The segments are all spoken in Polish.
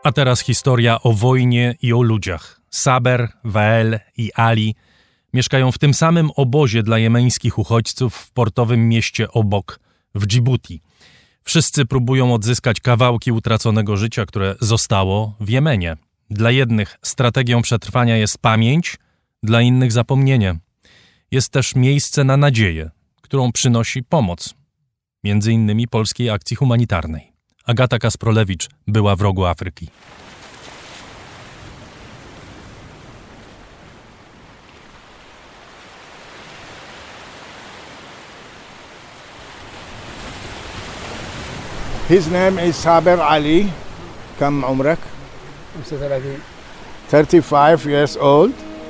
A teraz historia o wojnie i o ludziach. Saber, Wael i Ali mieszkają w tym samym obozie dla jemeńskich uchodźców w portowym mieście obok, w Dżibuti. Wszyscy próbują odzyskać kawałki utraconego życia, które zostało w Jemenie. Dla jednych strategią przetrwania jest pamięć, dla innych zapomnienie. Jest też miejsce na nadzieję, którą przynosi pomoc, między innymi polskiej akcji humanitarnej. Agata Kasprolewicz była w rogu Afryki. His name is Saber Ali. Kam umrak? 35 years old.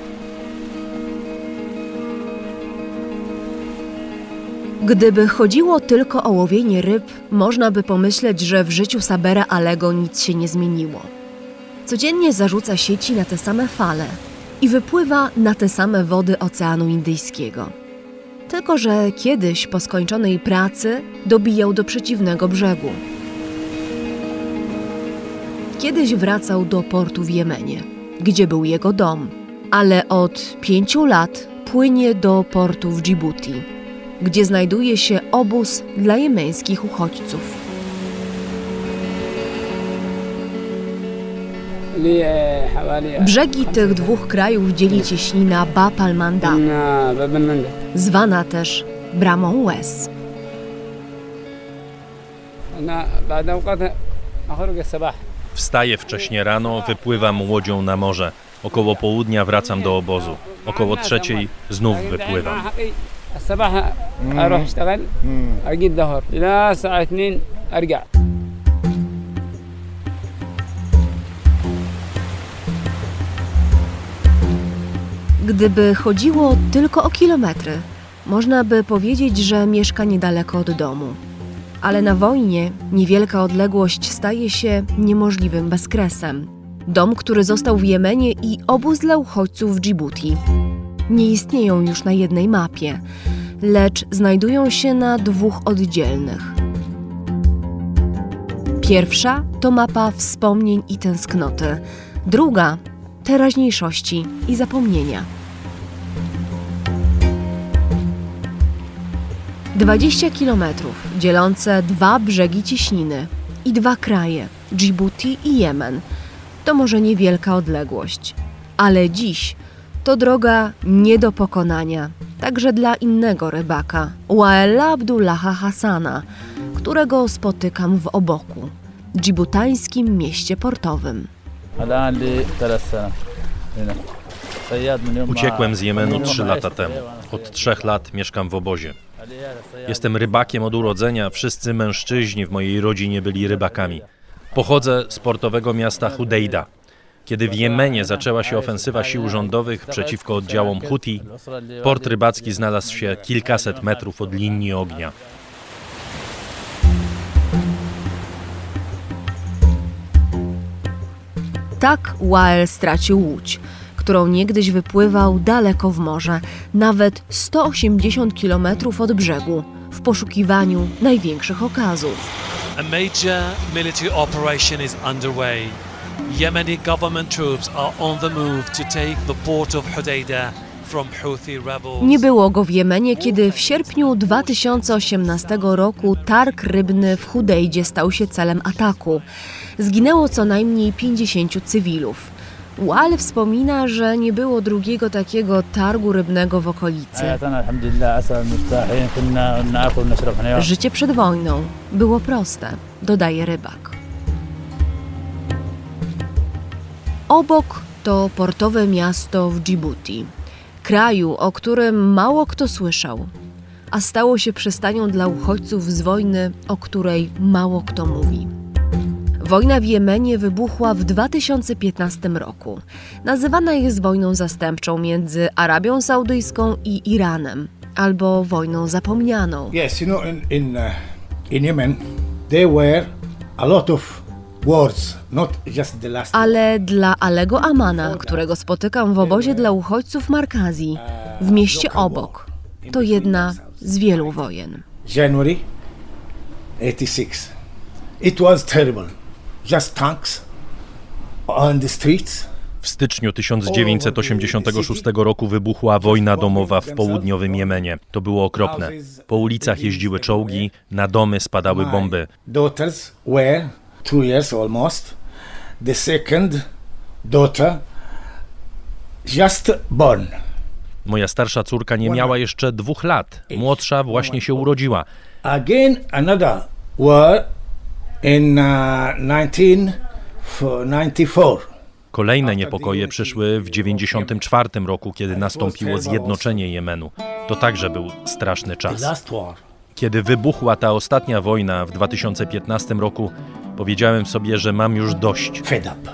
Gdyby chodziło tylko o łowienie ryb, można by pomyśleć, że w życiu Sabera Alego nic się nie zmieniło. Codziennie zarzuca sieci na te same fale i wypływa na te same wody Oceanu Indyjskiego. Tylko że kiedyś po skończonej pracy dobijał do przeciwnego brzegu. Kiedyś wracał do portu w Jemenie, gdzie był jego dom, ale od 5 lat płynie do portu w Dżibuti, gdzie znajduje się obóz dla jemeńskich uchodźców. Brzegi tych dwóch krajów dzieli cieśnina Bab al-Mandab, zwana też Bramą Łez. Wstaję wcześnie rano, wypływam łodzią na morze. Około południa wracam do obozu. Około 3:00 znów wypływam. Gdyby chodziło tylko o kilometry, można by powiedzieć, że mieszka niedaleko od domu. Ale na wojnie niewielka odległość staje się niemożliwym bezkresem. Dom, który został w Jemenie, i obóz dla uchodźców w Dżibuti nie istnieją już na jednej mapie, lecz znajdują się na 2 oddzielnych. Pierwsza to mapa wspomnień i tęsknoty, druga teraźniejszości i zapomnienia. 20 kilometrów dzielące 2 brzegi cieśniny i 2 kraje, Dżibuti i Jemen, to może niewielka odległość, ale dziś to droga nie do pokonania, także dla innego rybaka, Waela Abdullaha Hassana, którego spotykam w Oboku, dżibutańskim mieście portowym. Uciekłem z Jemenu 3 lata temu. Od 3 lat mieszkam w obozie. Jestem rybakiem od urodzenia, wszyscy mężczyźni w mojej rodzinie byli rybakami. Pochodzę z portowego miasta Hudejda. Kiedy w Jemenie zaczęła się ofensywa sił rządowych przeciwko oddziałom Huti, port rybacki znalazł się kilkaset metrów od linii ognia. Tak Wael stracił łódź, którą niegdyś wypływał daleko w morze, nawet 180 kilometrów od brzegu, w poszukiwaniu największych okazów. A major military operation is underway. Yemeni government troops are on the move to take the port of Hodeidah from Houthi rebels. Nie było go w Jemenie, kiedy w sierpniu 2018 roku targ rybny w Hudejdzie stał się celem ataku. Zginęło co najmniej 50 cywilów. Wael wspomina, że nie było drugiego takiego targu rybnego w okolicy. Życie przed wojną było proste, dodaje rybak. Obok to portowe miasto w Dżibuti, kraju, o którym mało kto słyszał, a stało się przystanią dla uchodźców z wojny, o której mało kto mówi. Wojna w Jemenie wybuchła w 2015 roku. Nazywana jest wojną zastępczą między Arabią Saudyjską i Iranem, albo wojną zapomnianą. Yes, you know, in Yemen, there were a lot of wars, not just the last. Ale dla Alego Amana, którego spotykam w obozie dla uchodźców Markazi, w mieście obok, to jedna z wielu wojen. January 86. It was terrible. Just tanks on the streets. W styczniu 1986 roku wybuchła wojna domowa w południowym Jemenie. To było okropne. Po ulicach jeździły czołgi, na domy spadały bomby. Daughters were 2 years almost. The second daughter just born. Moja starsza córka nie miała jeszcze 2 lat. Młodsza właśnie się urodziła. Again another war in 1994. Kolejne niepokoje przyszły w 1994 roku, kiedy nastąpiło zjednoczenie Jemenu. To także był straszny czas. Kiedy wybuchła ta ostatnia wojna w 2015 roku, powiedziałem sobie, że mam już dość. Fed up.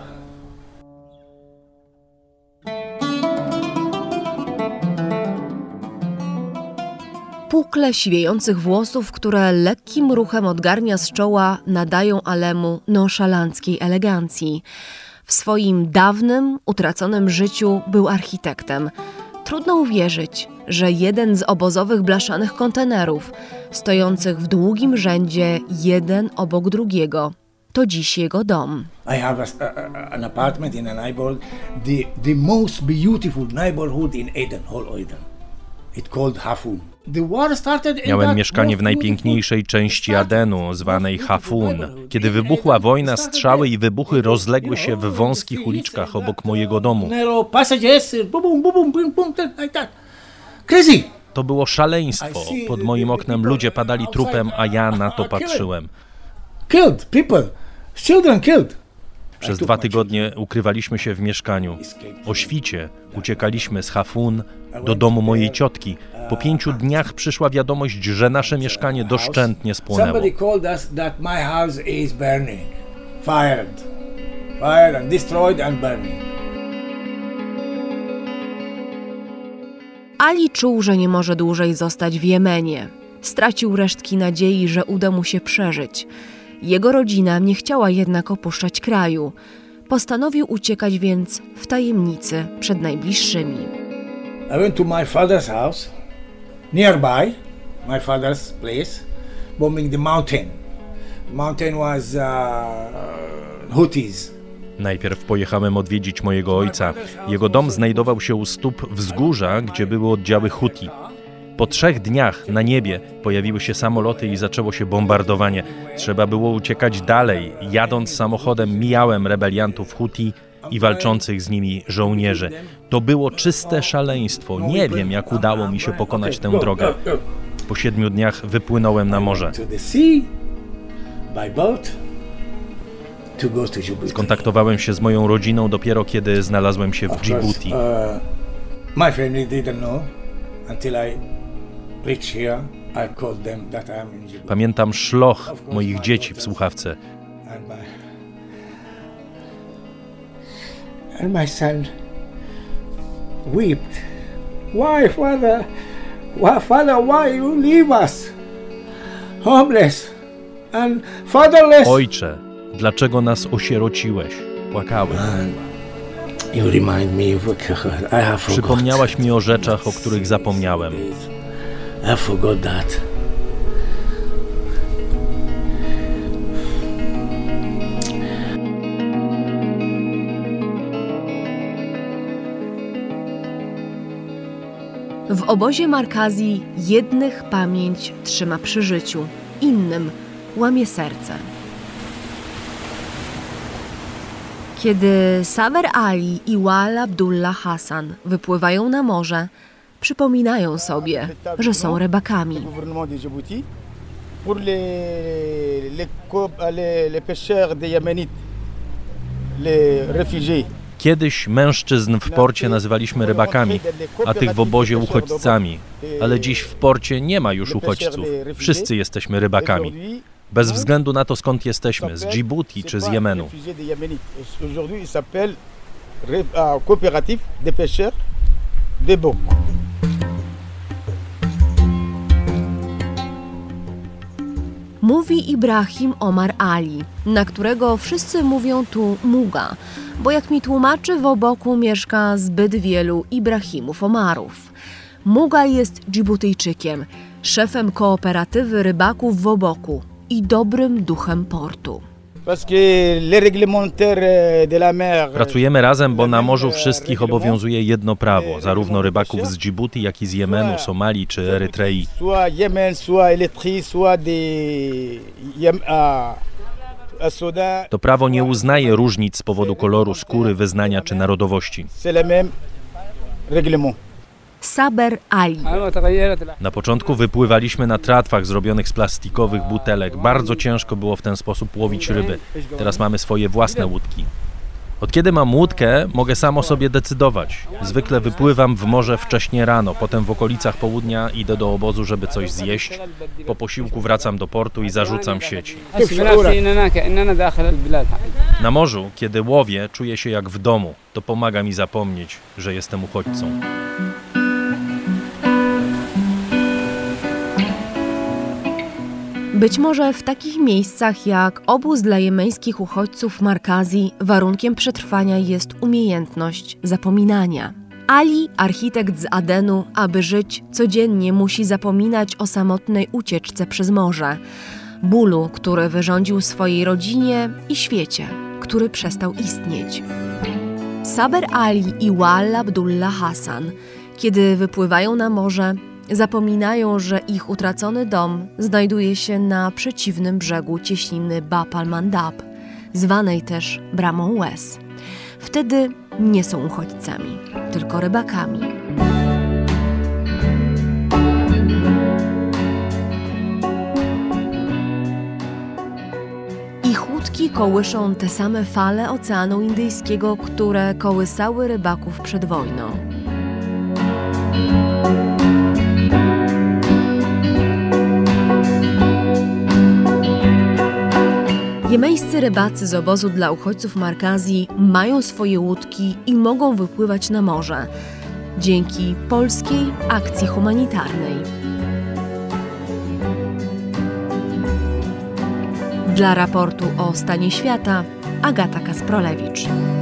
Pukle siwiejących włosów, które lekkim ruchem odgarnia z czoła, nadają Alemu nonszalanckiej elegancji. W swoim dawnym, utraconym życiu był architektem. Trudno uwierzyć, że jeden z obozowych blaszanych kontenerów, stojących w długim rzędzie jeden obok drugiego, to dziś jego dom. I have an apartment in a neighborhood, the most beautiful neighborhood in Eden, whole Eden. It's called Hafun. Miałem mieszkanie w najpiękniejszej części Adenu, zwanej Hafun. Kiedy wybuchła wojna, strzały i wybuchy rozległy się w wąskich uliczkach obok mojego domu. To było szaleństwo. Pod moim oknem ludzie padali trupem, a ja na to patrzyłem. Killed people, children killed. Przez 2 tygodnie ukrywaliśmy się w mieszkaniu. O świcie uciekaliśmy z Hafun do domu mojej ciotki. Po 5 dniach przyszła wiadomość, że nasze mieszkanie doszczętnie spłonęło. Somebody called us that my house is burning. Fired and destroyed and burning. Ali czuł, że nie może dłużej zostać w Jemenie. Stracił resztki nadziei, że uda mu się przeżyć. Jego rodzina nie chciała jednak opuszczać kraju. Postanowił uciekać więc w tajemnicy przed najbliższymi. I went to my father's house, nearby my father's place, bombing the mountain. The mountain was Houthis. Najpierw pojechałem odwiedzić mojego ojca. Jego dom znajdował się u stóp wzgórza, gdzie były oddziały Huti. Po 3 dniach na niebie pojawiły się samoloty i zaczęło się bombardowanie. Trzeba było uciekać dalej. Jadąc samochodem mijałem rebeliantów Huti i walczących z nimi żołnierzy. To było czyste szaleństwo. Nie wiem, jak udało mi się pokonać tę drogę. Po 7 dniach wypłynąłem na morze. Skontaktowałem się z moją rodziną dopiero kiedy znalazłem się w Djibouti. My family didn't know until I reached here. I called them that I am in Djibouti. Pamiętam szloch moich dzieci w słuchawce. And my son wept. Why, father? Why, father, why you leave us? Homeless and fatherless. Ojcze, dlaczego nas osierociłeś? Płakałem. You remind me of I have forgot. Przypomniałaś mi o rzeczach, o których zapomniałem. I forgot that. W obozie Markazi jednych pamięć trzyma przy życiu, innym łamie serce. Kiedy Saber Ali i Wal Abdullah Hassan wypływają na morze, przypominają sobie, że są rybakami. Kiedyś mężczyzn w porcie nazywaliśmy rybakami, a tych w obozie uchodźcami. Ale dziś w porcie nie ma już uchodźców. Wszyscy jesteśmy rybakami. Bez względu na to, skąd jesteśmy, z Djibouti czy z Jemenu. Mówi Ibrahim Omar Ali, na którego wszyscy mówią tu Muga, bo jak mi tłumaczy, w Oboku mieszka zbyt wielu Ibrahimów Omarów. Muga jest Dżibutyjczykiem, szefem kooperatywy rybaków w Oboku i dobrym duchem portu. Pracujemy razem, bo na morzu wszystkich obowiązuje jedno prawo, zarówno rybaków z Dżibuti, jak i z Jemenu, Somalii czy Erytrei. To prawo nie uznaje różnic z powodu koloru skóry, wyznania czy narodowości. Saber Ali. Na początku wypływaliśmy na tratwach zrobionych z plastikowych butelek. Bardzo ciężko było w ten sposób łowić ryby. Teraz mamy swoje własne łódki. Od kiedy mam łódkę, mogę sam o sobie decydować. Zwykle wypływam w morze wcześnie rano, potem w okolicach południa idę do obozu, żeby coś zjeść. Po posiłku wracam do portu i zarzucam sieci. Na morzu, kiedy łowię, czuję się jak w domu. To pomaga mi zapomnieć, że jestem uchodźcą. Być może w takich miejscach jak obóz dla jemeńskich uchodźców Markazi warunkiem przetrwania jest umiejętność zapominania. Ali, architekt z Adenu, aby żyć codziennie musi zapominać o samotnej ucieczce przez morze, bólu, który wyrządził swojej rodzinie i świecie, który przestał istnieć. Saber Ali i Wal Abdullah Hassan, kiedy wypływają na morze, zapominają, że ich utracony dom znajduje się na przeciwnym brzegu cieśniny Bab al-Mandab, zwanej też Bramą Łez. Wtedy nie są uchodźcami, tylko rybakami. Ich łódki kołyszą te same fale Oceanu Indyjskiego, które kołysały rybaków przed wojną. Jemeńscy rybacy z obozu dla uchodźców Markazi mają swoje łódki i mogą wypływać na morze dzięki polskiej akcji humanitarnej. Dla raportu o stanie świata Agata Kasprolewicz.